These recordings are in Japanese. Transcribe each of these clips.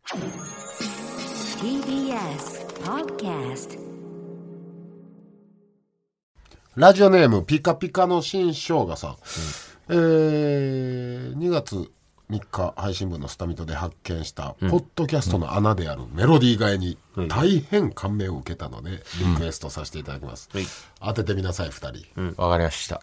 TBS Podcast。 ラジオネームピカピカの新生姜さん、2月3日配信分のスタミトで発見したポッドキャストの穴であるメロディー替えに大変感銘を受けたのでリクエストさせていただきます、当ててみなさい2人。 わかりました。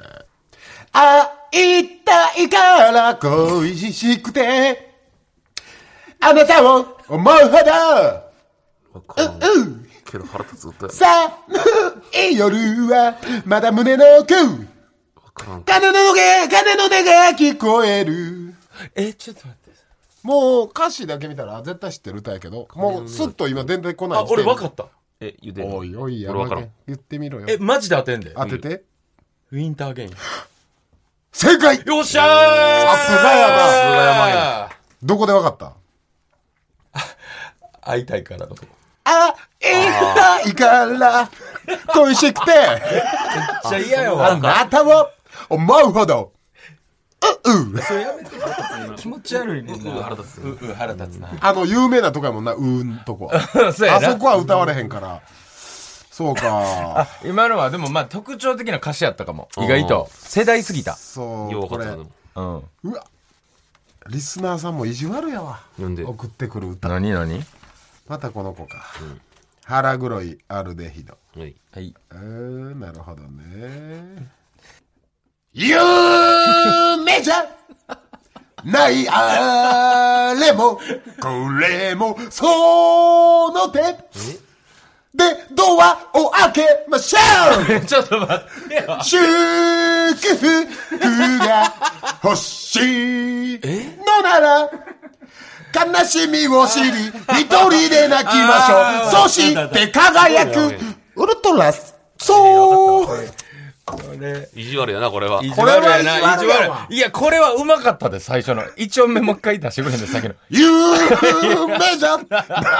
会いたいから恋しくてあなたを思うほどけど腹立つ歌や寒い夜はまだ胸の奥鐘の音が聞こえる。 ちょっと待って。 もう歌詞だけ見たら絶対知ってる歌やけど、もうスッと今出てこない。 俺分かった。 言うてんの。 おいおいや俺分からん。 言ってみろよ。 マジで当てんで。 当てて。 ウィンターゲイン。 正解。 よっしゃー。 さすがやな。 さすがやまい。 どこで分かった？ 会いたいからの。 会いたいから恋しくてめっちゃ嫌やわ。 あなたを思うほどそれやめて。気持ち悪いねんな。 腹立つ。 腹立つな。 有名なとこやもんな、んとこそうやな。 あそこは歌われへんから。そうか。 今のはでもまあ特徴的な歌詞やったかも。意外と世代すぎた。 そうこれよう分かったな。 うん。 うわリスナーさんも意地悪やわ。 なんで送ってくる歌。 何またこの子か、腹黒いアルデヒド。 はい。 はい。 なるほどね。夢じゃないあれもこれもその手でドアを開けましょうちょっと待ってよ。 祝福が欲しいのなら悲しみを知り一人で泣きましょう。そして輝くウルトラソウル。 意地悪やな、これは。 意地悪やな。 意地悪やわ。 いや、これはうまかったで、最初の。一音目もう一回出してくれんで、先の。 夢じゃ俺、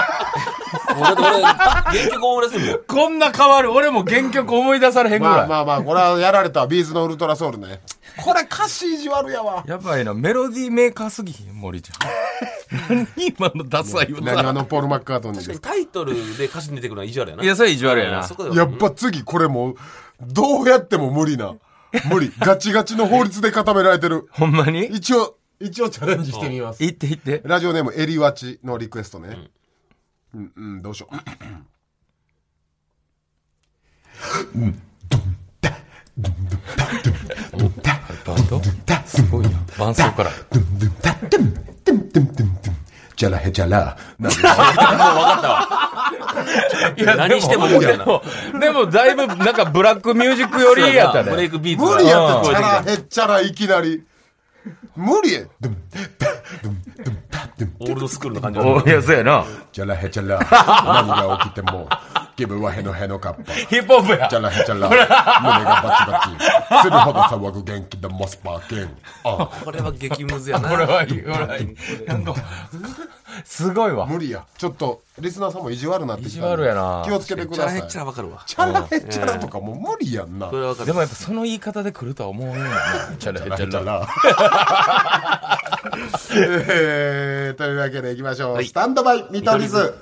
原曲思い出せんもん。 こんな変わる。俺も原曲思い出されへんぐらい。 まあこれはやられたビーズのウルトラソウルね。これ歌詞意地悪やわ。 やばいな。メロディーメーカーすぎひん、森ちゃん。何今のダサい歌。 何ポール・マッカートニーです。 タイトルで歌詞に出てくるのは意地悪やな。 いや、それ意地悪やな。 そこでやっぱ次これもうどうやっても無理ガチガチの法律で固められてる。 ほんまに一応チャレンジしてみます。 言って。 ラジオネームエリワチのリクエストね。どうしよう。 バンドすごいな。伴奏から。 ジャラヘジャラ。 もう分かったわ。 いや、 何しても無理やな。 でも、だいぶ、なんか、ブラックミュージック寄りやったね。 ブレイクビーツ無理やって、チャ聞こえてきたラヘチャラいきなり。無理や。 オールドスクールの感じおいや、そうやな。 ジャラヘチャラ。何が起きても、気分はヘノヘノカッパ。 ヒップホップやジ。ャラヘチャラ。胸がバチバチ。するほど騒ぐ元気でモスパーケン。 これは激ムズやな。 これはいい。なんか、すごいわ。 無理や。ちょっと、リスナーさんも意地悪なってきたんで。 意地悪やな気をつけてください。 めっちゃ分かるわ。 チャラヘチャラとかもう無理やんな。 これは分かる。 でもやっぱその言い方で来るとは思うよな。チャラヘチャラ。 というわけでいきましょう。スタンドバイ見取り図。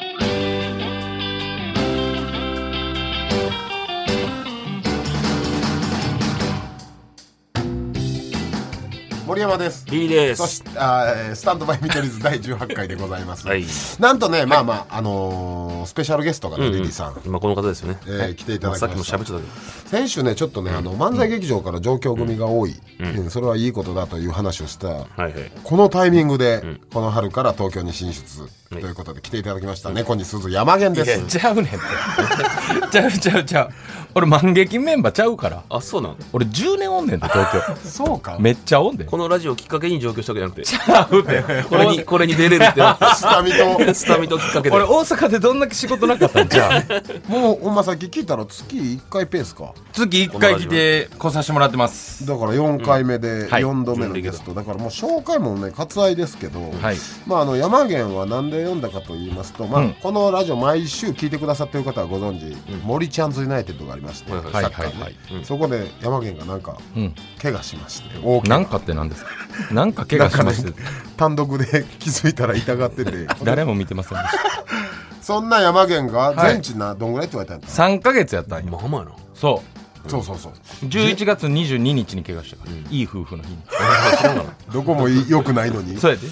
森山です。 いいです。 そしてスタンドバイ見取り図第18回でございます。 はい。 なんとね、スペシャルゲストがね、リリーさん、 今この方ですよね。 来ていただきました。 さっきも喋ってたけど。 先週ねちょっとね、漫才劇場から上京組が多い、それはいいことだという話をした、 はいはい。 このタイミングで、この春から東京に進出ということで来ていただきました、猫に鈴山源でいや、 す。 ちゃうねんって。ちゃう。俺、万劇メンバーちゃうから。 あ、そうなの。 俺、10年おんねんで、東京。 そうか。 めっちゃおんで。 このラジオきっかけに上京したわけじゃなくて。 ちゃうって。 これに出れるってなって。 スタミとスタミときっかけで。 俺、大阪でどんだけ仕事なかったんじゃもうほんまさっき聞いたら月1回ペースか。 月1回来て来させてもらってます。 だから4回目ではい 4度目のゲスト、だからもう紹介もね割愛ですけど、 はい。 山源はなんでで読んだかと言いますと、まあこのラジオ毎週聞いてくださっている方はご存知、森チャンズユナイテッドがありまして、サッカーね、そこで山源がなんか怪我しまして、大怪我なんかって何ですか？なんか怪我しまして単独で気づいたら痛がってて誰も見てませんでした。 そんな山源が全治どんぐらいって言われたんだ。 3ヶ月やったんよ。 まあまあやな。 そうそう 11月22日に怪我したから、いい夫婦の日に。 どこも良くないのに。 そうやで。で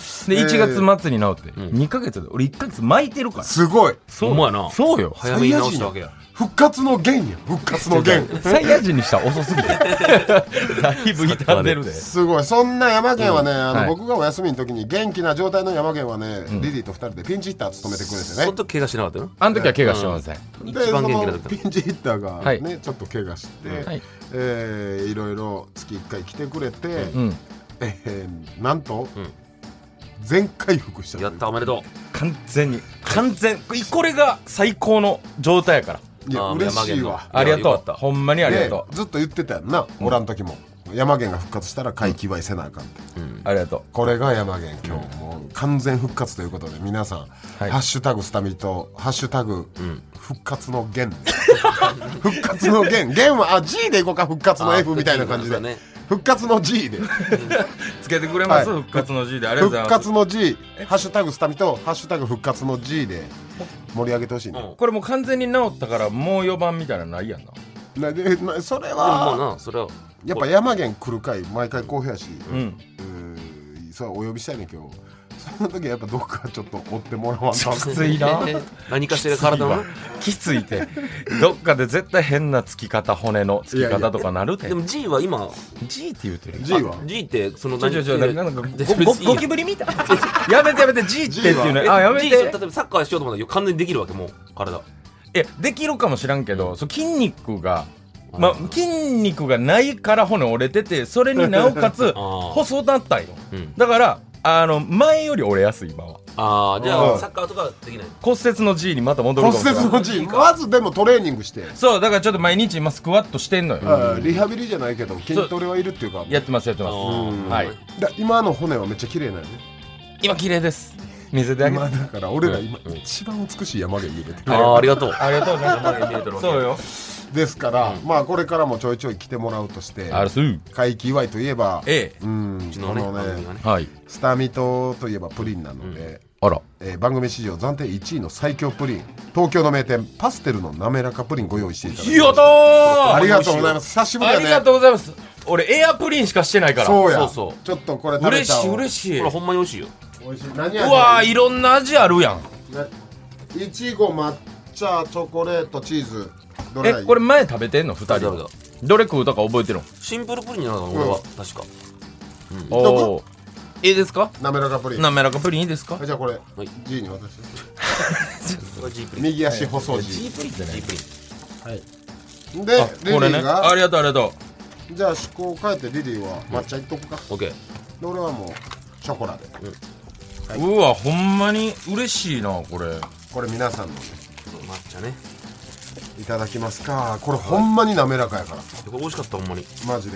1月末に治って2ヶ月で俺1ヶ月巻いてるから。 すごい。 そうほんまやな。 そうよ。 早めに直したわけや。 復活の源や。復活の源。 サイヤ人にしたら遅すぎて。だいぶ傷んでるで。 すごい。そんな山源はね、僕がお休みの時に元気な状態の山源はね、リリーと2人でピンチヒッター務めてくれてね。 その時怪我しなかったよ。 あの時は怪我してません。 で、 一番元気なその時ピンチヒッターがね、ちょっと怪我して、 はいいろいろ月1回来てくれて、 うん。 なんと、全回復した。 やった、おめでと完全これが最高の状態やから。 いや、嬉しいわ。 ありがとう。 よかったほんまにありがとう。 ずっと言ってたやんな、おらん時も。山源が復活したら回帰祝いせなあかんって、 ありがとう。 これが山源、今日もう完全復活ということで、皆さん、ハッシュタグスタミとハッシュタグ復活の源復活の源はG でいこうか、復活の F みたいな感じで、復活の G でつけてくれます、復活の G で。ありがとうございます。 復活の G、ハッシュタグスタミとハッシュタグ復活の G で盛り上げてほしいね。 これもう完全に治ったからもう4番みたいなのないやんな。 それう。もうはな、それは。 やっぱ山源来る回毎回好評やし、そうお呼びしたいねんけど、その時はやっぱどっかちょっと追ってもらわんと。 きついな。 何かしら体の。 きついてどっかで絶対変なつき方、骨のつき方とかなるて。 でも G は今 G って言うてる。 G は G ってそのなんかゴキブリみたい。 ややめて G ってっていうの。あ、やめて。 G 例えばサッカーしようと思ったら完全にできるわけ、もう体。 できるかもしらんけど、筋肉が筋肉がないから骨折れてて、それになおかつ細なったんよ。だから前より折れやすい今は。 ああ、じゃあサッカーとかできない。 骨折の G にまた戻るかもしれない。 骨折の G、まずでもトレーニングして、 そうだからちょっと毎日今スクワットしてんのよ。 リハビリじゃないけど筋トレはいるっていうか、 やってます。はい。 今の骨はめっちゃ綺麗なのね。 今綺麗です。見せてあげて。 だから俺ら今一番美しい山源見れてる。 ああ、ありがとう。 ありがとうね。そうよ。 ですから、まあこれからもちょいちょい来てもらうとして、回帰祝いといえば、このね、スタミトといえばプリンなので、番組史上暫定1位の最強プリン、東京の名店パステルの滑らかプリンご用意していただきました。 やったー。 ありがとうございます。久しぶりだね。 ありがとうございます。俺エアプリンしかしてないから。 そうや。 そうそう。 ちょっとこれ食べた。 嬉しい。 これほんまに美味しいよ。 美味しい。何味？ うわー、いろんな味あるやん。 いちご、抹茶、チョコレート、チーズ。 これ前食べてんの2人。どれ食うとか覚えてるの？ シンプルプリンなの俺は確か。 おお。いいですか？ 滑らかプリン。 滑らかプリンいいですか？ じゃあこれ G に渡して右足細 G プリンじゃない。 はい。でこれね、ありがとうありがとう。じゃあ思考変えてリリーは抹茶いっとくか。 オッケー。 で俺はもうショコラで。 うわ、ほんまに嬉しいなこれ。 これ皆さんのね、 抹茶ね。 いただきますか。これほんまに滑らかやから。 これ美味しかった、ほんまに。 マジで。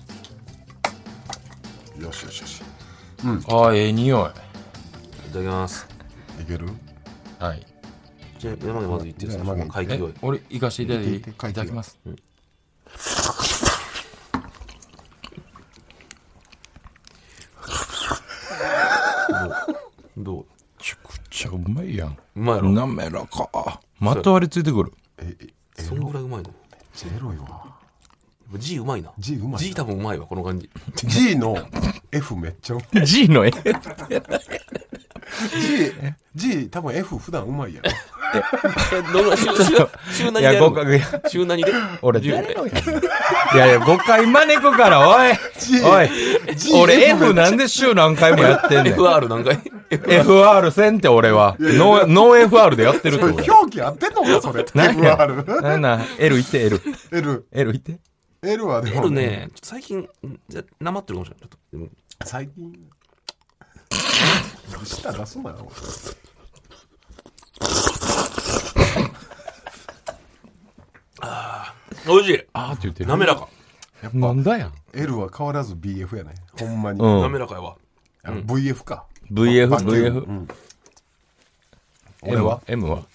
よしよしよし。 ああ、ええ匂い。 いただきます。 いける？ はい。 じゃあ山毛まず言ってください。会議用。 俺行かしていただいていただきます。 どう？ めちゃくちゃうまいやん。 うまいやろ。 滑らか。まとわりついてくる。 そんぐらいうまいの？ ゼロいわ。 G うまいな。 G うまい。 G 多分うまいわこの感じ。 G の F めっちゃうまい。 G の F。 G 多分 F 普段うまいやろ。 週何でやるの？週何で？ 俺誰のやいや誤解招くから、おい俺 F なんで週何回もやってんねん。 FR 何回？ FR せんって俺はノー FR でやってるってこと。 表記合ってんのかそれ。FR なんなん L いって L いって L はでも L ね、最近なまってるかもしれない。ちょっと最近舌出すなよ。 おいしい。 あーって言ってる。 滑らか。 なんだやん。 L は変わらず BF やね。ほんまに。 うん滑らかやわ。 VF か。 VF。 俺は M は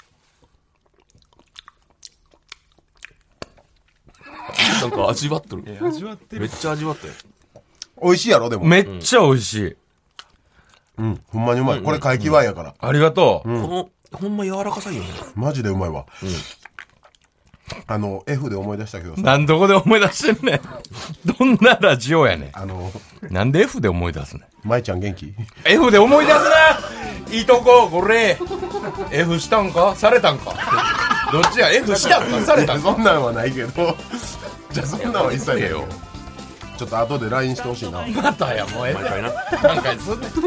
なんか味わっとる。 味わってめっちゃ味わったよ。 美味しいやろでも。 めっちゃ美味しい。 うんほんまにうまい。これ怪奇ワイやから。 ありがとう。 この、ほんま柔らかさいいよね。 マジでうまいわ。F で思い出したけどさ。 なんどこで思い出してんねん。どんなラジオやねん。 なんで F で思い出すねん。 舞ちゃん元気？ F で思い出すないいとこ、これ。F したんかされたんかどっちや ?F したんかされたんかそんなんはないけど。じゃあそんなんは一切ないよ。ちょっと後で LINE してほしいな。 またや、もう毎回な。 何回すんねん。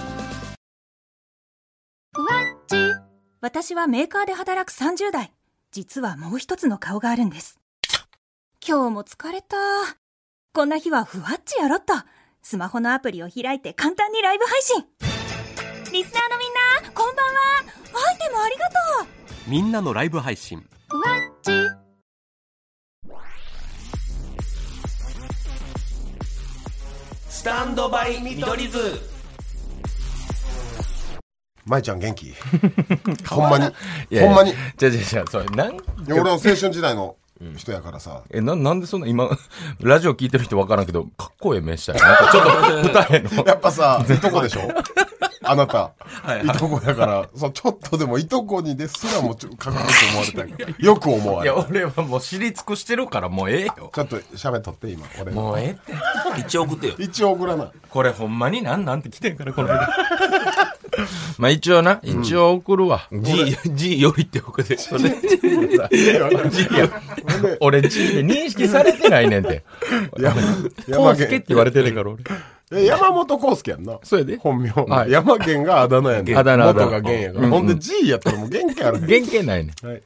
私はメーカーで働く30代。実はもう一つの顔があるんです。今日も疲れた。こんな日はふわっちやろっと。スマホのアプリを開いて簡単にライブ配信。リスナーのみんな、こんばんは。アイテムありがとう。 みんなのライブ配信。 ふわっち。 スタンドバイ見取り図。 舞ちゃん元気？ほんまにほんまに。 じゃそれ俺の青春時代の人やからさ。 なんでそんな今ラジオ聞いてる人分からんけどかっこええ目したよ。なんかちょっと二重の。 やっぱさいとこでしょ。あなたいとこやからちょっとでもいとこにですらもかっこよく思われたんや。よく思われる。 いや俺はもう知り尽くしてるからもうええよ。 ちょっと喋っとって今俺。 もうええって。 一応送ってよ。 一応送らない。 これほんまになんて来てんからこの間。まあ一応送るわ。 G よりって送って。それ。 俺 G で認識されてないねんて。コウスケって言われてるから俺。 山本康介やんな。 そうやで。 本名。山源があだ名やねん。 あだ名。 元が源やから。ほんで G やったらもう原型ある。 原型ないねん。 はい。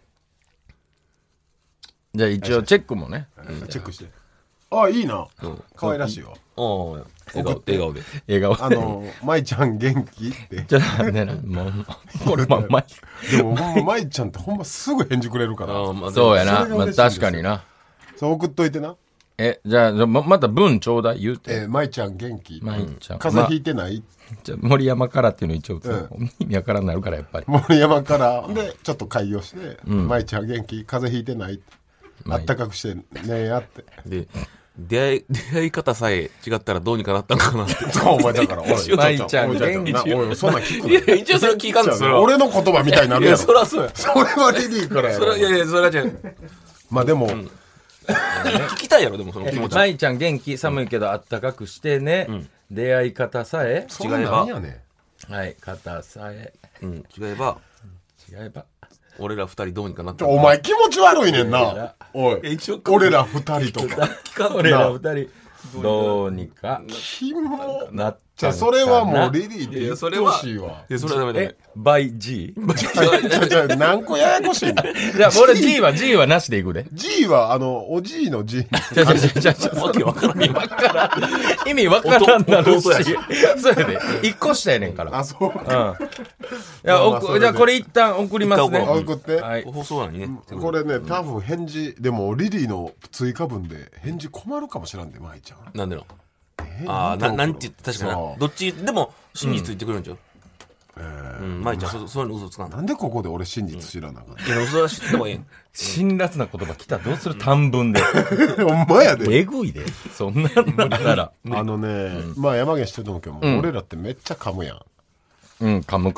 じゃあ一応チェックもね。 チェックして。あ、いいな。可愛らしいわ。 笑顔で。 笑顔。 舞ちゃん元気って。 じゃあね、もう、これまんま。 でもほんま舞ちゃんってほんますぐ返事くれるから。 そうやな。まあ確かにな。 そう送っといてな。 じゃあまた文ちょうだい言うて。 舞ちゃん元気？ 舞ちゃん。 風邪ひいてない？ じゃあ森山からっていうの一応意味わからんなるからやっぱり。 森山からでちょっと開業して舞ちゃん元気？風邪ひいてない？あったかくしてねやって。 で出会い方さえ違ったらどうにかなったんかなって。 そうお前だから舞ちゃん元気？ おいそんなん聞くの？ 一応それ聞かんのそれは。 俺の言葉みたいになるやろ。 そりゃそうや。 それはレディーからやろ。 いやそれはじゃまあでも聞きたいやろでもその気持ち。 舞ちゃん元気？寒いけどあったかくしてね。出会い方さえ違えばはい方さえ違えば俺ら二人どうにかなった。 お前気持ち悪いねんな。おい俺ら二人とか俺ら二人どうにかキモなっじゃあそれはもうリリーって言ってほしいわ。 それはダメ。 バイ G？ じゃあ何個ややこしいの？ じゃあ俺 G はなしでいくで。 G はおじいの G。 じゃわけわからん。意味わからんなるし。そうやで。一個下やねんから。 あそう。 いやじゃあこれ一旦送りますね。 送って。 放送欄にね。 これね多分返事でもリリーの追加文で返事困るかもしれんで舞ちゃん。 なんでの？なんて言って確かにどっちでも真実言ってくれるんちゃう？舞ちゃんそういうの嘘つかん。 なんでここで俺真実知らなかった？ いや嘘は知った方がいい。 辛辣な言葉来たらどうする？短文で。 ほんまやで。 えぐいで。そんなんだったら。 まあ山源知ってると思うけど俺らってめっちゃ噛むやん。 噛む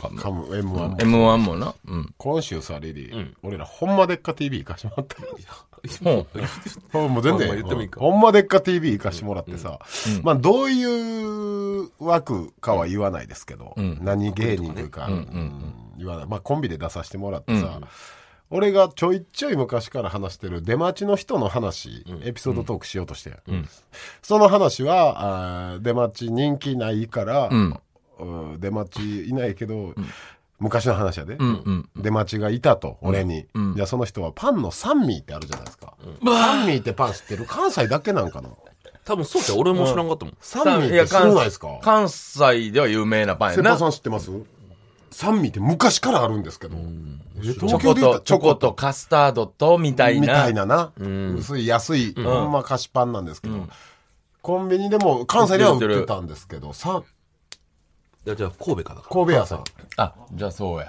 M1 もな。 今週さリリー俺らほんまでっか TV 行かしてもらった。もう全然ほんまでっか TV 行かしてもらってさ、まあどういう枠かは言わないですけど、何芸人というか言わない。まあコンビで出させてもらってさ、俺がちょいちょい昔から話してる出待ちの人の話、エピソードトークしようとして、その話は出待ち人気ないから、出待ちいないけど、昔の話やで、出待ちがいたと俺に、じゃあその人はパンのサンミーってあるじゃないですか、サンミーってパン知ってる？関西だけなんかな？ 多分そうじゃ俺も知らんかったもん。 サンミーって知らないですか？ 関西では有名なパンやな。 セパさん知ってます？サンミーって昔からあるんですけど、 チョコとカスタードとみたいな薄い安いほんま菓子パンなんですけど、コンビニでも関西では売ってたんですけど、 じゃあ神戸かな。 神戸屋さん。 じゃあそうや。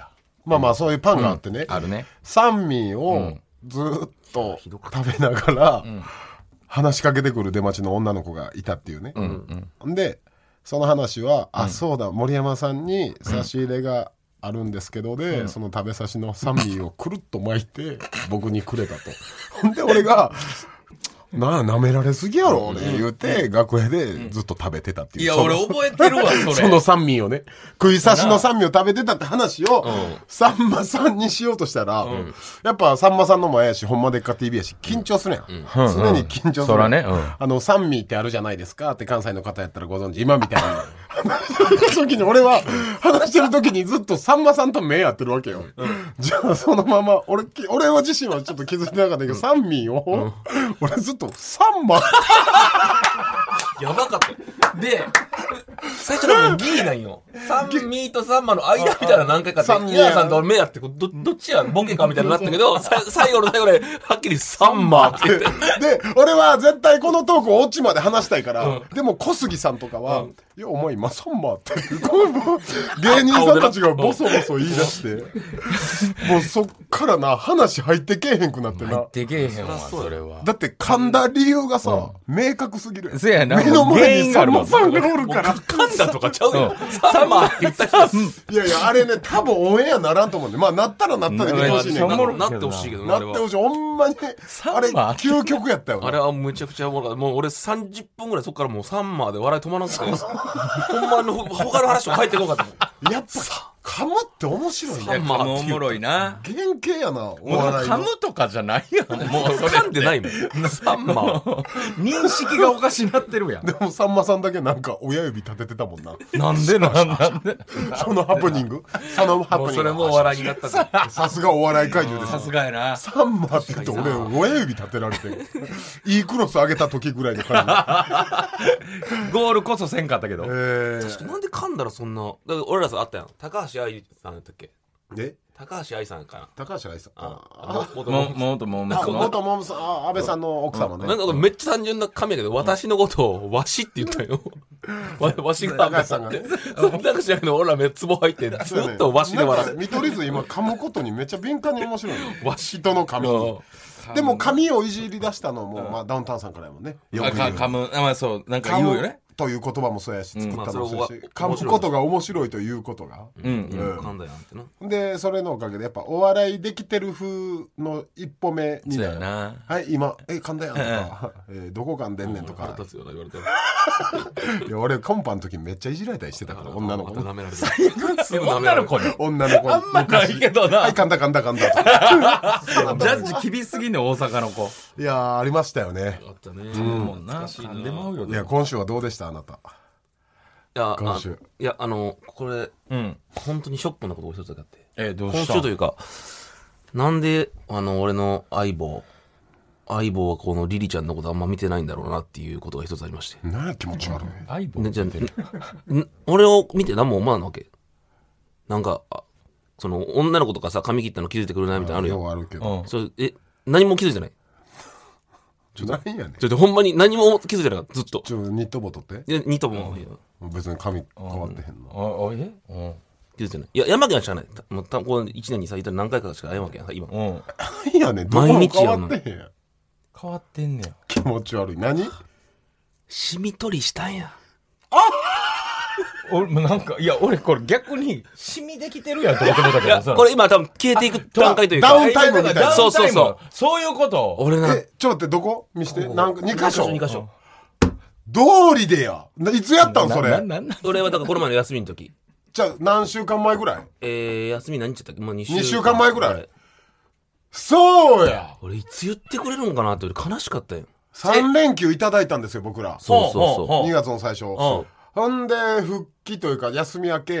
まあまあそういうパンがあってね、 あるね。 三味をずっと食べながら、話しかけてくる出待ちの女の子がいたっていうね。でその話は、あ、そうだ、森山さんに差し入れがあるんですけどで、その食べさしの三味をくるっと巻いて僕にくれたと。ほんで俺が舐められすぎやろね言うて楽屋でずっと食べてたっていう。 いや俺覚えてるわそれ。 その三味をね、食い差しの三味を食べてたって話をさんまさんにしようとしたら、やっぱさんまさんの前やしほんまでっか TV やし緊張するやん。常に緊張する。 そらね。 三味ってあるじゃないですかって関西の方やったらご存知、今みたいな時に俺は話してる時にずっとさんまさんと目合ってるわけよ。じゃあそのまま俺は自身はちょっと気づいてなかったけど、三味を俺ずっとサンマやばかったで最初はもうギリなんよ。サンミーとサンマの間みたいな何回かってニヤさんと目やってどっちやボケかみたいになったけど最後の最後ではっきりサンマって言ってで俺は絶対このトークをオチまで話したいから、でも小杉さんとかは、いやお前今サンマって芸人さんたちがボソボソ言い出してもうそっからな話入ってけえへんくなってな。 入ってけえへんわそれは。 だって噛んだ理由がさ、明確すぎる。 せやな。 目の前にさんまさんがおるから噛んだとかちゃうよ。サンマって言った人いやいやあれね多分オンエアならんと思うんで、まあなったらなったで見てほしいねんけど、 なってほしいけどなってほしい。ほんまにあれ究極やったよな。 あれはむちゃくちゃおもろかった。もう俺30分ぐらいそっからもうサンマで笑い止まらなくてほんまの他の話も入ってこなかったやっぱ噛むって面白いね。 噛むおもろいな。 原型やな。おもう笑いの噛むとかじゃないやん。もうそれ噛んでないもんサンマは認識がおかしになってるやん。 でもさんまさんだけなんか親指立ててたもんな。 なんでなんでそのハプニングそのハプニングもうそれもお笑いになったからさすがお笑い怪獣です。 さすがやな。 サンマって言って俺親指立てられていいクロス上げた時ぐらいの感ゴールこそせんかったけど。 じ。 なんで噛んだらそんなだから俺らさあったやん高橋愛さんやったっけ。 で高橋愛さんかな。 高橋愛さん。 元もう元モムさん、安倍さんの奥様ね。 なんかめっちゃ単純な紙やけど、私のことをわしって言ったよ。わしが高橋さんがね。 高橋愛の俺らめっつぼ入ってずっとわしで笑って。 見取り図今噛むことにめっちゃ敏感に面白いの。 わし人の髪に。でも髪をいじり出したのもまあダウンタウンさんからやもんね。よく言う。 噛む。まあそうなんか言うよね。 という言葉もそうやし作ったのもそうやし、 まあ噛むことが面白いということが、 噛んだやんってな。 でそれのおかげでやっぱお笑いできてる風の一歩目にそうやな。 はい今噛んだやんとかどこ噛んでんねんとか、 腹立つよな言われていや俺コンパの時めっちゃいじられたりしてたから女の子舐められてすぐ舐められる女の子に女の子にあんまないけどな。 はい噛んだとかジャッジ厳しすぎんね大阪の子。 いやーありましたよね。 あったね。 もんな。噛んでまうよ。 いや今週はどうでしたあなた。今週いやこれ本当にショックなことが一つだけあって。 どうした今週というかなんで俺の相棒はこのリリちゃんのことあんま見てないんだろうなっていうことが一つありまして。 何や気持ち悪い。 相棒ね、じゃ俺を見て何も思わんわけ。なんかその女の子とかさ髪切ったの気づいてくれないみたいなのあるよ。 あるけど。 それ何も気づいてない。 何やねん。 ほんまに何も気づいてないずっと。 ニット帽取って。 ニトも別に髪変わってへんの。 気づいてない。いや山県は知らない。もうこの1年にさいたら何回かしか会えんわけやん今。 いやねどこも変わってへんやん。 変わってんねや。 気持ち悪い。何？ シミ取りしたんや。 俺もなんかいや俺これ逆にシミできてるやんと思ってたけどさ。 これ今多分消えていく段階というか。 ダウンタイムみたいな。 そうそうそう。 そういうこと。 俺な。 ちょっと待ってどこ見して。なんか2箇所。 2箇所。 道理でや。いつやったんそれ。 俺はだからこの前の休みの時。 じゃあ何週間前ぐらい？ 休み何日だったっけ？もう2 2週間前ぐらい。そうや。 俺いつ言ってくれるんかなって悲しかったよ。 3連休いただいたんですよ僕ら。 そうそうそう。 2月の最初。ほんで復帰というか休み明け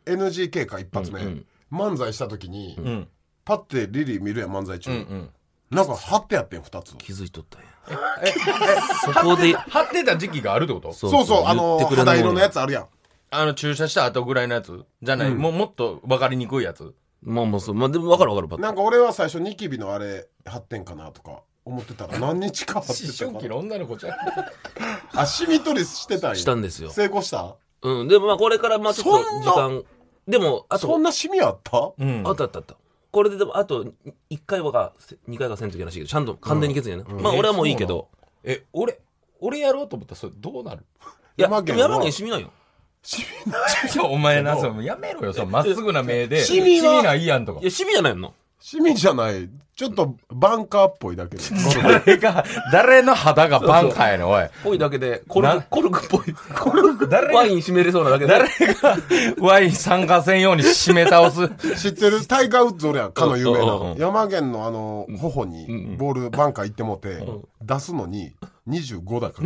NGK か一発目漫才した時にパッてリリー見るやん漫才中。なんか貼ってやってん2つ。 気づいとったんや。そこで貼ってた時期があるってこと？ そうそう肌色のやつあるやん。 注射した後ぐらいのやつじゃない、もっと分かりにくいやつ。 まあそう、まあでも分かる分かる。 なんか俺は最初ニキビのあれ貼ってんかなとか思ってたら何日か貼ってた思春期の女の子ちゃん。 あシミ取りしてたんや。 したんですよ。 成功した？ でもまあこれからまあちょっと時間でも、あと、 そんなシミあった？ あった。これででも、あと、1回はか、2回かせんといけないしいけど、ちゃんと完全に消すんやな。まあ、俺はもういいけど。 俺やろうと思ったらそれどうなる？ いや、山源シミないよ。 お前な、やめろよ、まっすぐな目で。 シミないやんとか。 いや、シミじゃないの？ シミじゃない。ちょっとバンカーっぽいだけで。 誰の肌がバンカーやねん、おい。 ぽいだけで、コルクっぽい。ワイン締めれそうなだけで。 誰がワイン参加せんように締め倒す。 知ってるタイガー・ウッズ俺やん、かの有名な。山源の頬にボールバンカー行ってもて、出すのに25だから。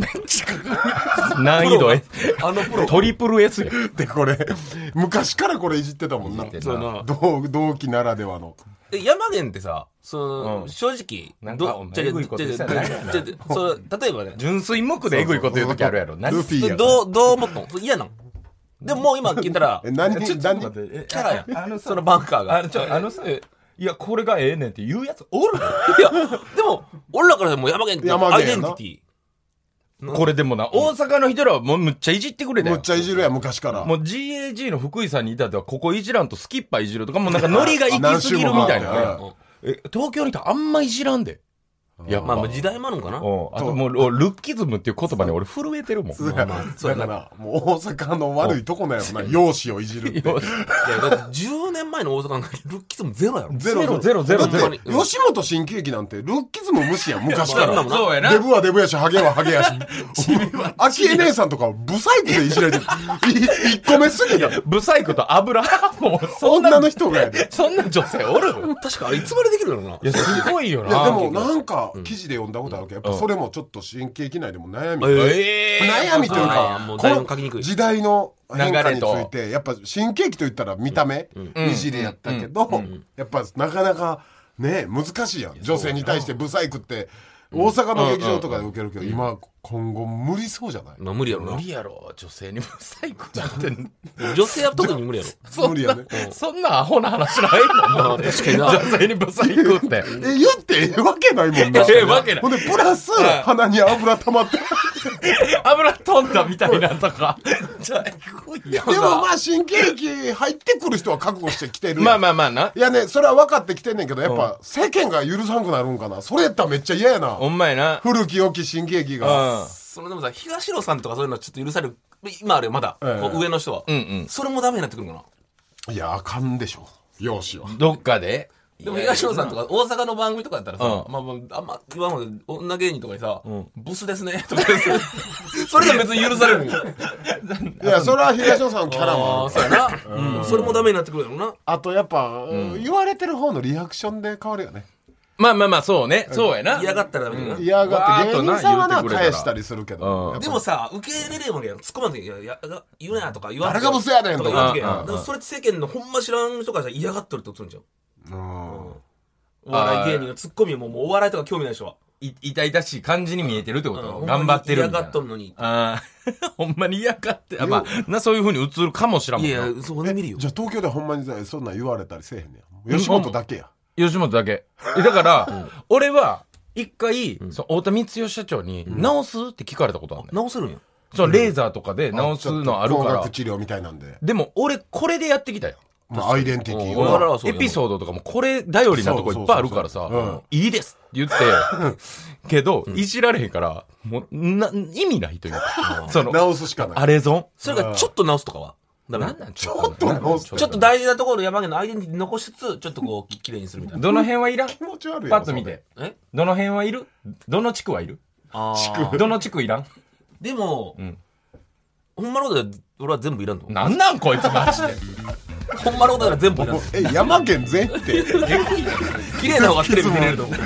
難易度プロ。 トリプル S や。 で、これ、昔からこれいじってたもんな。同期ならではの。 山源ってさ、正直、 なんかえぐいこと言ってたら例えばね、 純粋無垢でえぐいこと言うときあるやろ。 ルフィや。 どう思ったの？嫌なの？でももう今聞いたら、 何キャラや。そのバンカーが。 いや、これがええねんって言うやつおる？ いや、でも、俺らからでも山源ってアイデンティティ。 これでもな、大阪の人らはもうむっちゃいじってくれたよ。 むっちゃいじるやん、昔から。 もう GAG の福井さんにいたっては、ここいじらんとスキッパーいじるとか、もうなんかノリが行き過ぎるみたいな。東京にいたらあんまいじらんで。いや、 まあ時代もあるのかな。 あともう、ルッキズムっていう言葉に俺震えてるもん。 そうやな。だから、もう大阪の悪いとこなんやろな、容姿をいじるって。いや、 だって10年前の大阪のルッキズムゼロやろ。 ゼロ。吉本新喜劇なんて、ルッキズム無視やん、昔から。 そうやな。 デブはデブやし、ハゲはハゲやし。秋江姉さんとか、ブサイクでいじられてる。1個目すぎやん。 ブサイクと油もう、 女の人がやで。 そんな女性おる？ 確かあれいつまでできるのかな。 いや、すごいよな。 いや、でもなんか、記事で読んだことあるけど、やっぱそれもちょっと新喜劇内でも悩み。悩みというか、この時代の変化について、やっぱ新喜劇といったら見た目、いじりやったけど、やっぱなかなかね、難しいやん。女性に対してブサイクって、大阪の劇場とかで受けるけど、今後無理そうじゃない？ まあ無理やろな。 無理やろ、女性にブサイクなんて。 女性は特に無理やろ。 無理やね。 そんなアホな話ないもん。 確かにな。 女性にブサイクって。 言ってええわけないもんな。 ええわけない。 ほんで、プラス、鼻に油溜まって。 油飛んだみたいなとか。 でもまあ、新喜劇入ってくる人は覚悟してきてる。 まあな。 いやね、それは分かってきてんねんけど、やっぱ世間が許さんくなるんかな。それやったらめっちゃ嫌やな。 ほんまやな。 古き良き新喜劇が。 そのでもさ、東野さんとかそういうのはちょっと許される。今あるよ、まだ。上の人は。それもダメになってくるかな。 いや、あかんでしょ。容姿は。 どっかで。 でも東野さんとか大阪の番組とかやったらさ、まああんま言わんので女芸人とかにさ、ブスですねとかそれが別に許されるんよ。 いや、それは東野さんのキャラもある。 そうやな。それもダメになってくるやろな。 あとやっぱ、言われてる方のリアクションで変わるよね。 まあ、そうね。そうやな。 嫌がったらダメだよな。 嫌がって芸人さんはな、返したりするけど。 でもさ、受け入れれるもんやろ。突っ込まんとき、いや、言うなとか言わんと誰がブスやねんとか言わんときや。でもそれって世間のほんま知らん人から嫌がっとるってことするんじゃん。お笑い芸人のツッコミももうお笑いとか興味ない人は。 痛々しい感じに見えてるってこと頑張ってるみたいな。 嫌がっとるのに。 ほんまに嫌がって。まあ、そういう風に映るかもしらんもん。 いや、そこで見るよ。 じゃあ東京でほんまにそんなん言われたりせえへんねや。吉本だけや。 吉本だけ。だから、俺は、一回、太田光代社長に、直すって聞かれたことあるね。 直せるんや。 そのレーザーとかで直すのあるから。 光学治療みたいなんで。 でも、俺、これでやってきたよ。 アイデンティティエピソードとかもこれ頼りなとこいっぱいあるからさ、いいですって言って、けど、いじられへんから、もう、意味ないというか、 直すしかない。 あれぞ。 それがちょっと直すとかはなんなんちょっと直す。 ちょっと大事なところ山源のアイデンティティ残しつつ、ちょっとこう、綺麗にするみたいな。 どの辺はいらん？ 気持ち悪いパッと見て。どの辺はいる？どの地区はいる？どの地区いらん？ でも、ほんまのことで俺は全部いらんと思う。 なんなんこいつマジで。 ほんまのことなら全部いらん。 山源全って。 綺麗な方がテレビ出れると思う。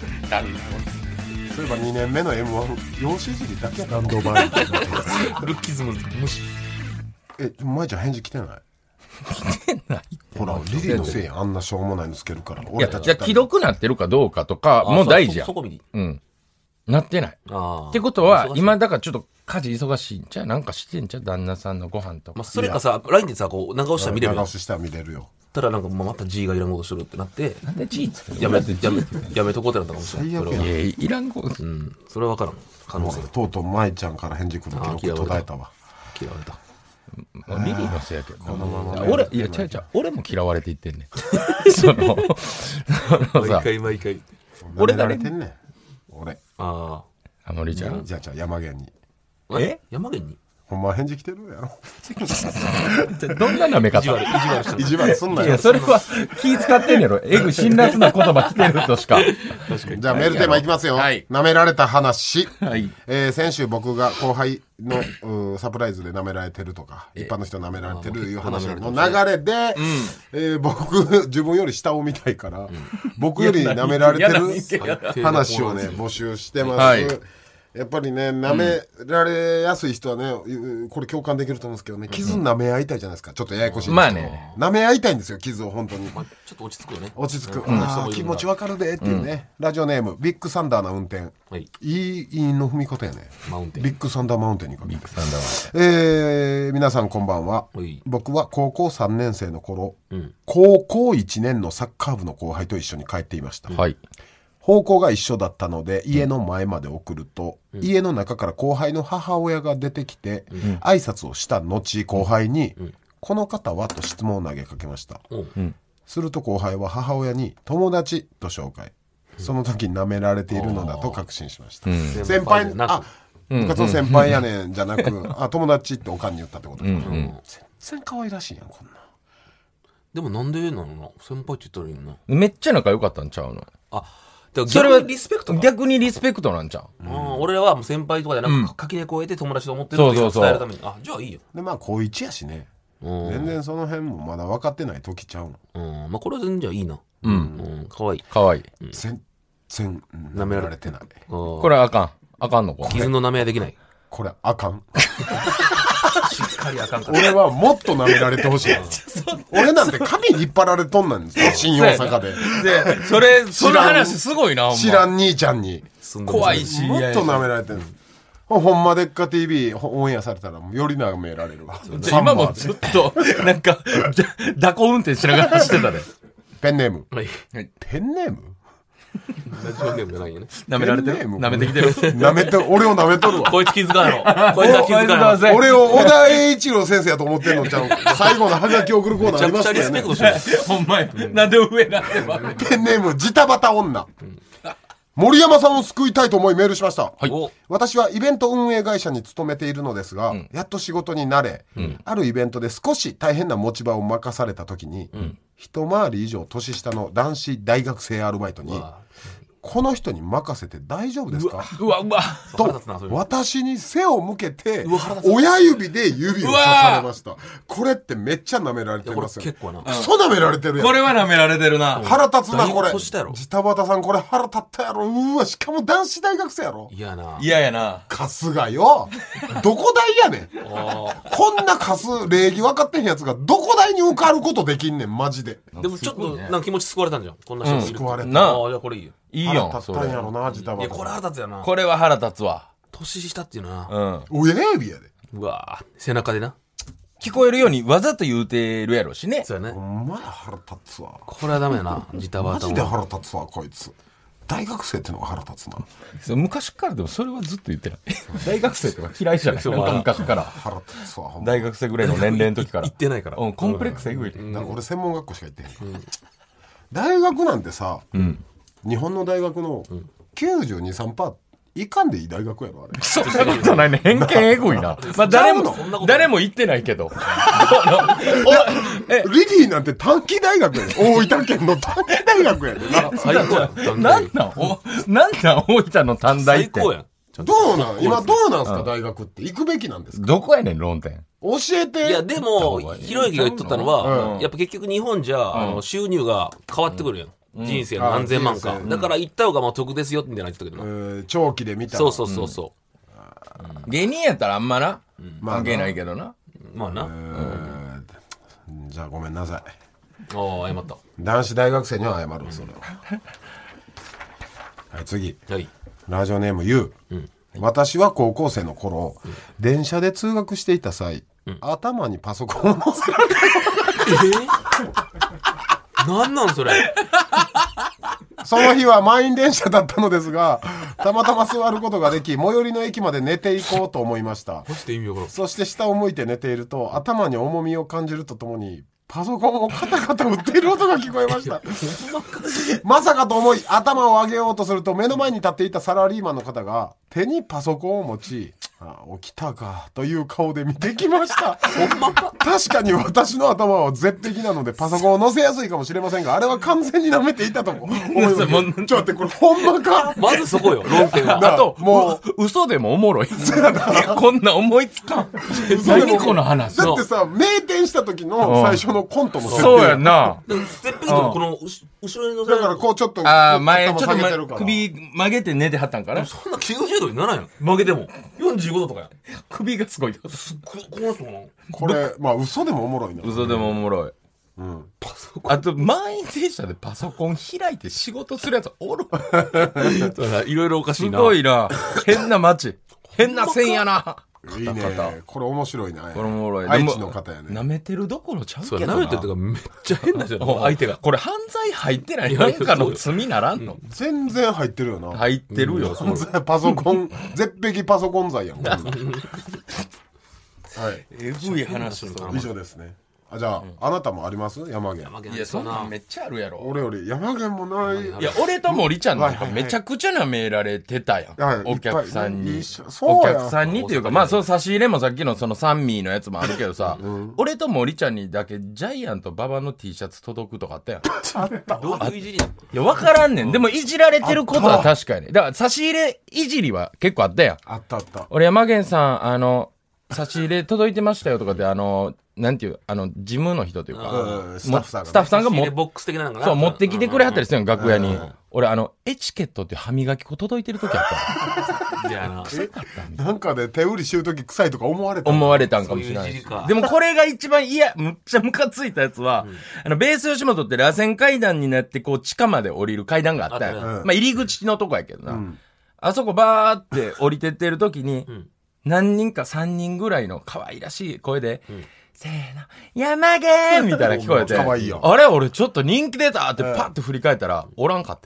そういえば2年目の M1、養子いじりだけ感動版。 ルッキズム無視。 舞ちゃん返事来てない？ 来てない。 ほら、リリーのせいあんなしょうもないのつけるから。 いや、じゃあ既読なってるかどうかとかも大事や。 そこ見に。 なってない。ってことは、今だからちょっと家事忙しいんちゃう？なんかしてんちゃう？旦那さんのご飯とか。 まあ、それかさ、LINE でさ、こう、長押したら見れるよ。 長押ししたら見れるよ。 ただなんか、また G がいらんことするってなって。 なんで G つやめとこうってなったかもしれない。 最悪や。 いや、いらんこと。 それは分からん。可能性。 とうとう舞ちゃんから返事来る記録途絶えたわ。 嫌われた。 リリーのせいやけどこのまま俺いや違う俺も嫌われていってんねんそのさ毎回俺慣れてんねん俺あのりちゃんじゃあ山源に山源にほんま返事来てるやろどんな舐め方意地悪すんないよやそれは気使ってんやろえぐ辛辣な言葉来てるとしかじゃあメールテーマいきますよ、 はい舐められた話、 はい先週僕が後輩のサプライズで舐められてるとか一般の人舐められてるいう話の流れで、僕自分より下を見たいから、僕より舐められてる話をね募集してます、 はいやっぱりね舐められやすい人はね、これ共感できると思うんですけどね、傷舐め合いたいじゃないですか。ちょっとややこしいんですけど、 まあね舐め合いたいんですよ傷を本当に、 ちょっと落ち着くよね。 落ち着く、あー気持ちわかるでっていうね、ラジオネームビッグサンダーな運転、 はいいい韻の踏み方やね。 マウンテンビッグサンダーマウンテンにかけてなんだわ皆さんこんばんは。 はい僕は高校3年生の頃、 ん高校1年のサッカー部の後輩と一緒に帰っていました、 はい方向が一緒だったので家の前まで送ると、家の中から後輩の母親が出てきて、挨拶をした後後輩に、この方はと質問を投げかけました、すると後輩は母親に友達と紹介、その時舐められているのだと確信しました、先輩じゃなくあ部活の先輩やねんじゃなくあ友達っておかんに言ったってことか、全然可愛らしいやんこんな。 でもなんでなのな、先輩って言ったらいいのな。 めっちゃ仲良かったんちゃうのあ、でもそれは逆にリスペクトか。 逆にリスペクトなんちゃう俺らはもう先輩とかじゃなく、垣根越えて友達と思ってるっていうのを伝えるために、あ、じゃあいいよ。 でまあ高1やしね、全然その辺もまだ分かってない時ちゃうの。 まあこれは全然いいな。かわいい。 かわいい全然舐められてない。 これはあかんのか傷の舐めはできない。 これあかん。 しっかりあかんから。 俺はもっと舐められてほしい。俺なんて髪引っ張られとんなんですよ新大阪で。 でその話すごいなほんま知らん兄ちゃんに怖いしもっと舐められてる。ほんまでっか TV オンエアされたらより舐められるわ。 じゃあ今もずっとなんか蛇行運転しながら走ってたでペンネームはい。 ペンネームラジオネームじゃないよね。 舐められてるペンネーム舐めてきてる舐めて俺を舐めとるわ。 こいつ気づかんやろ。こいつは気づかんやろ。 俺を小田栄一郎先生やと思ってんのちゃう。最後のハガキ送るコーナーありまめちゃくちゃしたよねリスペク。トしてる。 ほんまやなんで上なんてばペンネームジタバタ女、森山さんを救いたいと思いメールしました、 お私はイベント運営会社に勤めているのですが、やっと仕事に慣れ、あるイベントで少し大変な持ち場を任された時に、一回り以上年下の男子大学生アルバイトにこの人に任せて大丈夫ですかうわと腹立つなそれ私に背を向けて親指で指を刺されました。これってめっちゃ舐められてこれますよ。 結構な。 クソ舐められてるやん。 これは舐められてるな腹立つなこれ。 だいぶ年下やろジタバタさんこれ腹立ったやろ。うわしかも男子大学生やろ。 嫌な。 嫌やな春日よどこ大やねんこんなカス礼儀分かってへんやつがどこ大に受かることできんねんマジで。 でもちょっとなんか気持ち救われたんじゃん。こんな人もいるって。 救われたなああ、じゃあこれいいよ。 いい腹よそれ立ったんやろなジタいや、 バタ。 これ腹立つよな。 これは腹立つわ年下っていうのはな。 うん親指やで。 うわぁ、背中でな。 聞こえるようにわざと言うてるやろしねそうやね。 お前腹立つわ。 これはダメやな。ジタバタも。 マジで腹立つわこいつ。大学生ってのが腹立つな。 そう昔からでもそれはずっと言ってない大学生とか嫌いじゃないそうなんか昔から腹立つわほんま。 大学生ぐらいの年齢の時から言ってないから。 うんコンプレックスえぐいでなんか俺専門学校しか行ってへんから、大学なんてさ、日本の大学の 92,3% いかんでいい大学やろあれ。 そんなことないね偏見えぐいなまあ誰も誰も言ってないけどリリーなんて短期大学やで。大分県の短期大学やでな。 最高やん。 なんなん大分の短大って最高やん。 どうなん今どうなんすか大学って行くべきなんですかどこやねん論点教えて。 いや、でも、ひろゆきが言っとったのは、やっぱ結局日本じゃ、収入が変わってくるやん。人生の何千万か。だから行った方がまあ得ですよってみたいな言ってたけどな。 長期で見たらそうそうそうそ芸人やったらあんまなまあ関係ないけどなう。まあな。 じゃあごめんなさい。 ああ、謝った。 男子大学生には謝るそれは。はい次はい。 ラジオネーム YOU、私は高校生の頃、電車で通学していた際、頭にパソコンを乗せられなんなんそれ。 その日は満員電車だったのですが、 たまたま座ることができ、最寄りの駅まで寝ていこうと思いました。 マジで意味わからん。 そして下を向いて寝ていると、頭に重みを感じるとともにパソコンをカタカタ打っている音が聞こえました。まさかと思い頭を上げようとすると、目の前に立っていたサラリーマンの方が手にパソコンを持ち、起きたかという顔で見てきました。確かに私の頭は絶壁なのでパソコンを乗せやすいかもしれませんが、あれは完全に舐めていたと思います。ちょっと待って、これほんまか。 まずそこよ、論点は。 あともう嘘でもおもろい。こんな思いつかん。何この話。 だってさ、名店した時の最初のコントもそうやんな。 絶壁とこの後ろに乗せだからこうちょっと前ちょっと下げてるから首曲げて寝てはったんかな。 そんな90度にならんよ。曲げても。45度とかやん。 首がすごい。 この人かな。 これまあ嘘でもおもろいな。 嘘でもおもろい。あと満員電車でパソコン開いて仕事するやつおる。 いろいろおかしいすな。 ごいな。変な街。変な線やな。 いいね。これ面白いな。 これおもろい。 愛知の方やね。 舐めてるどころちゃうけどな。 舐めてるとかめっちゃ変な人やな。相手が。 これ犯罪入ってない。なんかの罪ならんの。 全然入ってるよな。 入ってるよ。 パソコン、絶壁パソコン罪やん。はい。 えぐい話する以上ですね。じゃあ、あなたもあります山源。 いや、そんなんめっちゃあるやろ。 俺より山源もない。 いや、俺と森ちゃんなんかめちゃくちゃ舐められてたやん。お客さんに。お客さんにっていうか、まあ、その差し入れもさっきのそのサンミーのやつもあるけどさ、俺と森ちゃんにだけジャイアント馬場の T シャツ届くとかあったやん。 どういういじりやん。 いや、わからんねん。でも、いじられてることは確かに。だから、差し入れいじりは結構あったやん。 あったあった。 俺、山源さん、差し入れ届いてましたよとかで、なんていう、事務の人というか、 スタッフさんがね。 スタッフさんがボックス的なのかな。 そう、持ってきてくれはったりするよ、楽屋に。俺、エチケットっていう歯磨き粉届いてる時あった。 いやな。 なんかで手売りしゅうとき臭いとか思われた。 思われたんかもしれないし。でもこれが一番むっちゃムカついたやつは、ベース吉本って螺旋階段になって、こう、地下まで降りる階段があったよ。まあ、入り口のとこやけどな。あそこバーって降りてってる時に、何人か3人ぐらいの可愛らしい声で、せーの、山源みたいな聞こえて、 可愛いよ。 あれ俺ちょっと人気出たってパッて振り返ったら、おらんかって。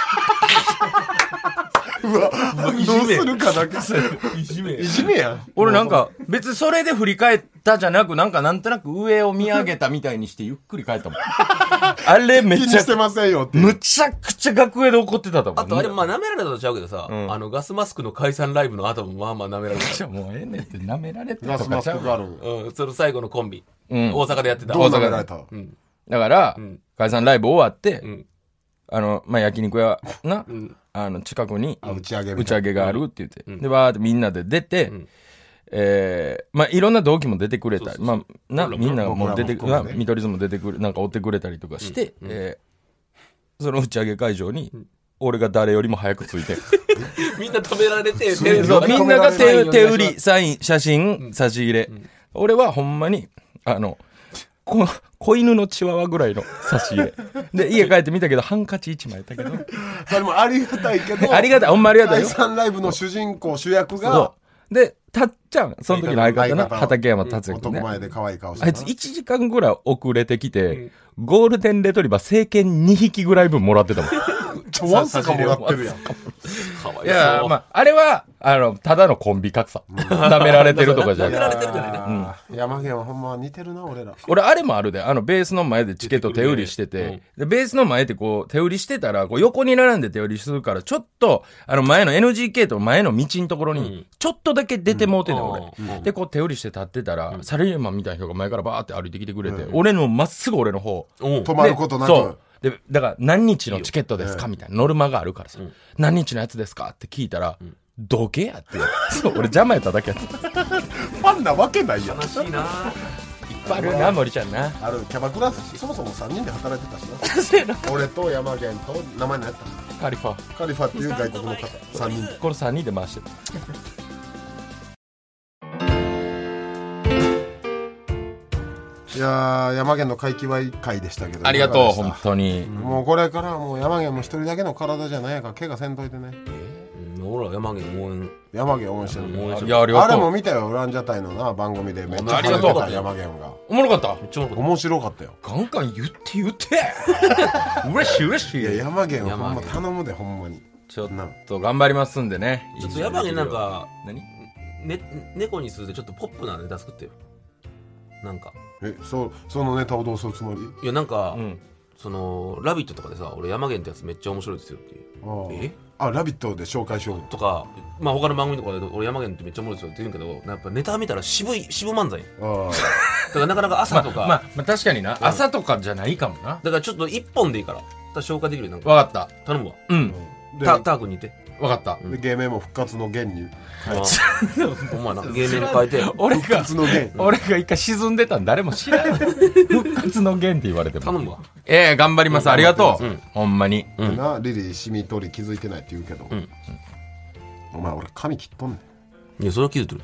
うわ、どうするかだけ。 いじめ。 いじめやん。 俺なんか、別にそれで振り返ったじゃなく、なんとなく上を見上げたみたいにしてゆっくり帰ったもん。あれめっちゃ、 気にしてませんよって。 むちゃくちゃ楽屋で怒ってたと思う。 あとあれ、まあ舐められたとちゃうけどさ、ガスマスクの解散ライブの後もまあまあ舐められた。 じゃあもうええねんって舐められてガスマスクがある。 その最後のコンビ。 うん大阪でやってた。 どう舐められた？ だから、解散ライブ終わって、まあ、焼肉屋な、近くに打ち上げがあるって言って、で、わーってみんなで出て、まあ、いろんな同期も出てくれたり、まあ、みんながもう出てくる、見取り図も出てくる、なんか追ってくれたりとかして、その打ち上げ会場に、俺が誰よりも早く着いて。 みんな止められて、 みんなが手売り、サイン、写真、差し入れ。俺はほんまに、子犬のチワワぐらいの差し入れ。で、家帰って見たけど、ハンカチ1枚やったけど。 それもありがたいけど。 ありがたい、ほんまありがたいよ。 解散ライブの主人公、主役が。 で、たっちゃん、その時の相方な、畠山達也君ね。 男前で可愛い顔して。 あいつ1時間ぐらい遅れてきて、ゴールデンレトリバー成犬2匹ぐらい分もらってたもん。 ワンサかもらってるやん。 いや、まあ、あれは、ただのコンビ格差。舐められてるとかじゃなくて。 山源はほんま似てるな、俺ら。 俺、あれもあるで、ベースの前でチケット手売りしてて、で、ベースの前でこう、手売りしてたら、こう、横に並んで手売りするから、ちょっと、前の NGK と前の道のところに、ちょっとだけ出てもうてんねん、俺。で、こう、手売りして立ってたら、サラリーマンみたいな人が前からバーって歩いてきてくれて、俺のまっすぐ俺の方。 止まることなく。 そう。で、だから、何日のチケットですかみたいなノルマがあるからさ。何日のやつですかって聞いたら、どけやって。そう、俺邪魔やっただけやった。 ファンなわけないやん。 悲しいな。 いっぱいあるな、森ちゃんな。 ある、キャバクラ、そもそも3人で働いてたしな。俺と山源と、名前何やったカリファ。 カリファっていう外国の方、3人で。 この3人で回してた。 いやー、山源の会期祝い会でしたけど。 ありがとう、本当に。 もうこれからはもう山源も一人だけの体じゃないやから、怪我せんといてね。 俺ら山源応援。 山源応援してる。 いや、ありがとう。 あれも見たよ、ランジャタイのな、番組でめっちゃありがとう山源が。 おもろかった。 面白かったよ。 ガンガン言って。嬉しい。 いや、山源はほんま頼むで、ほんまに。 ちょっと頑張りますんでね。 ちょっと山毛なんか何猫にするとちょっとポップなネタ作ってよ。なんかそのネタをどうするつもり？ いやなんか、 うんそのラビットとかでさ、俺山源ってやつめっちゃ面白いですよっていう。 ラビットで紹介しようとか、まあ他の番組とかで俺山源ってめっちゃ面白いですよって言うんけど、やっぱネタ見たら渋漫才。だからなかなか朝とか、 まあ確かにな、朝とかじゃないかもな。 だからちょっと一本でいいから、紹介できるよ。なんかわかった。 頼むわ。 うんター君にいて。 わかった。 で芸名も復活の源にお前な芸名に変えて。 俺が一回沈んでたん誰も知らない。復活の源って言われても。 頼むわ。 頑張ります。ありがとう。ほんまに。 なリリーシミ取り気づいてないって言うけど、お前俺髪切っとんねん。 いやそれは気づいてる。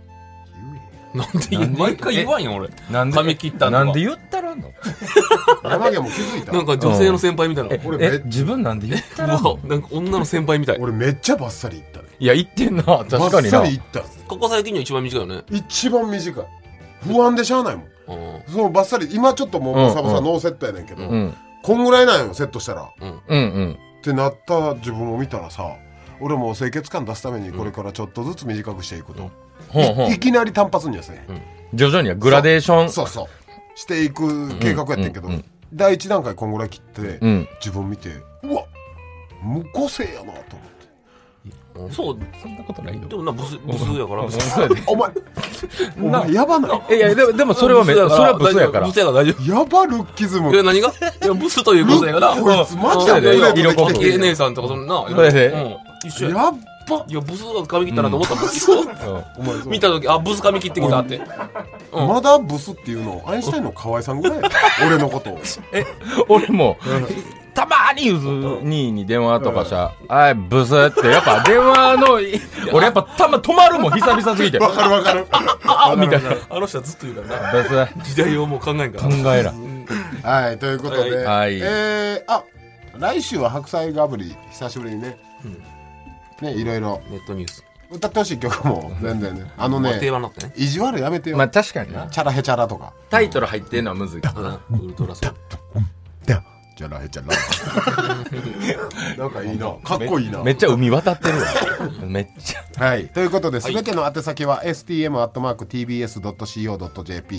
なんで毎回言わんよ俺。髪切ったんなんで言ったらんの？ 山毛も気づいた。 なんか女性の先輩みたいな。 俺自分なんで言ったらんの？ なんか女の先輩みたい。 俺めっちゃバッサリいったね。 いや言ってんな。確かにな。 バッサリいった。 ここ最近の一番短いよね。 一番短い。不安でしゃあないもん。そのバッサリ今ちょっともうボサボサノーセットやねんけど、こんぐらいなんよセットしたら。ってなった自分を見たらさ、俺も清潔感出すためにこれからちょっとずつ短くしていくと。いきなり単発にはせ徐々にはグラデーションそうしていく計画やってんけど、第一段階こんぐらい切って自分見て、うわ無個性やなと思って。 そうそんなことないよ。 でもなブスやから。 お前やばない？ いやでもそれはブスやから。 ブスやから大丈夫。 やばルッキズム。 いや何が？いやブスということやから。 こいつマジで色濃く姉さんとかそんな。一緒や。 やっば。 いやブスが髪切ったなと思ったもん。見た時ブス髪切ってきたって。 まだブスっていうのアインシュタインの河合さんぐらいや。俺のことを。 俺もたまにゆず兄に電話とかしたら「ブス」ってやっぱ電話の俺やっぱ止まるもん久々すぎて。 わかるみたいな。 あの人はずっと言うからな。 ブス時代をもう考えんから。 考えら。 はいということで、来週は白菜ガブリ久しぶりにね。いろいろネットニュース歌ってほしい曲も全然ね定番だったね。 意地悪やめてよ。 まあ確かにな。 チャラヘチャラとかタイトル入ってんのはむずい。 ウルトラソウル。 チャラヘチャラなんかいいな、かっこいいな。 めっちゃ海渡ってるわ。めっちゃ。 はいということで全ての宛先は stm@tbs.co.jp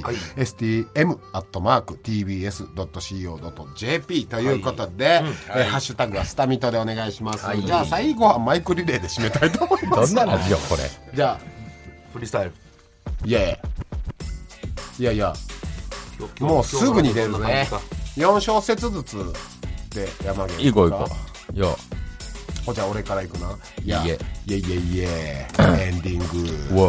stm@tbs.co.jp ということでハッシュタグはスタミトでお願いします。じゃあ最後はマイクリレーで締めたいと思います。 どんなラジオこれ。 じゃあフリースタイル。 いやもうすぐに出るね。4小節ずつで山源。 行こうよ。 じゃあ俺から行くな。エンディング。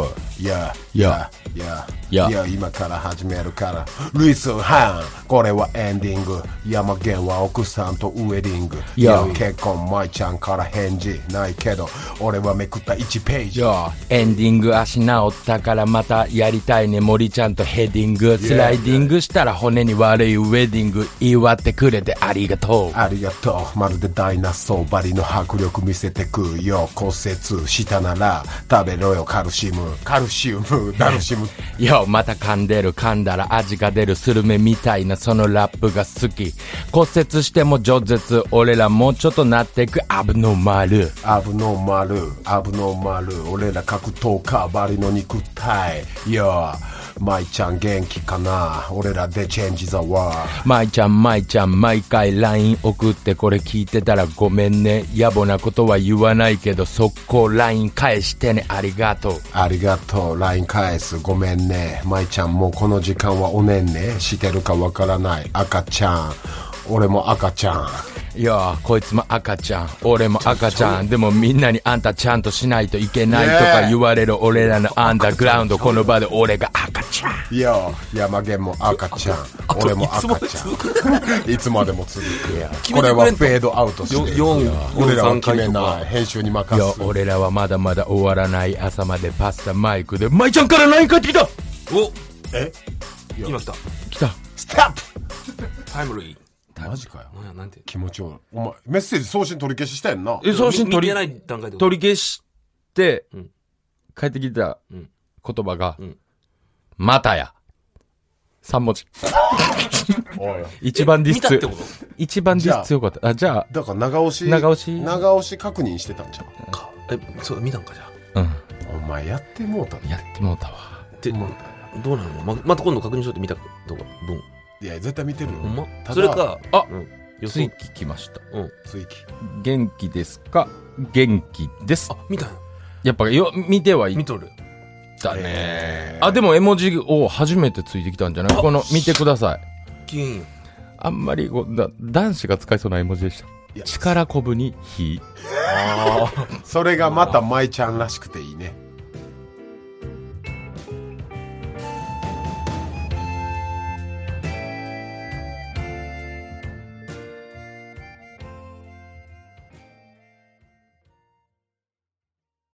今から始めるからリスンハン。これはエンディング。山源は奥さんとウェディング。結婚舞ちゃんから返事ないけど俺はめくった1ページ。 エンディング足治ったからまたやりたいね森ちゃんとヘディング。スライディングしたら骨に悪いウェディング。祝ってくれてありがとう。 ありがとう。まるでダイナソーバリの迫力見せてくよ。骨折したなら食べろよカルシウムダルシム。 また噛んだら味が出るスルメみたいなそのラップが好き。骨折しても饒舌。俺らもうちょっとなっていくアブノーマル。俺ら格闘家ばりの肉体。 舞ちゃん元気かな。俺らでチェンジザワー。 舞ちゃん毎回 LINE 送ってこれ聞いてたらごめんね。野暮なことは言わないけど速攻 LINE 返してね。ありがとう LINE 返す。ごめんね舞ちゃんもうこの時間はおねんねしてるかわからない赤ちゃん。俺も赤ちゃん。 こいつも赤ちゃん俺も赤ちゃん。でもみんなにあんたちゃんとしないといけないとか言われる俺らのアンダーグラウンド。この場で俺が赤ちゃん。 山源も赤ちゃん俺も赤ちゃん。いつまでも続く。これはフェードアウトして俺らは決めない。編集に任す。 俺らはまだまだ終わらない。朝までパスタマイクで舞ちゃんから LINE 返ってきた。 今来たスタップタイムリー。 マジかよ。 なんて気持ち悪い。お前メッセージ送信取り消ししたやんな。 送信取りない段階で消して帰ってきた言葉がまたや 3文字。 おい。 一番ディス強い。 見たってこと一番ディス強かった。あ、じゃあ。 だから長押し確認してたんちゃうか。そう見たんかじゃあ。 お前やってもうたやってもうたわ。 で、どうなのまた今度確認しようって見たとか、分。 いや、絶対見てるよ。 ほんまそれか、 追記来ました。 追記。 元気ですか？元気です。 あ、見たの？ やっぱ見てはい見とる。 だね。あ、でも絵文字を初めてついてきたんじゃない？この、見てください。 機嫌よ。 あんまり男子が使いそうな絵文字でした。力こぶに火。 それがまた舞ちゃんらしくていいね。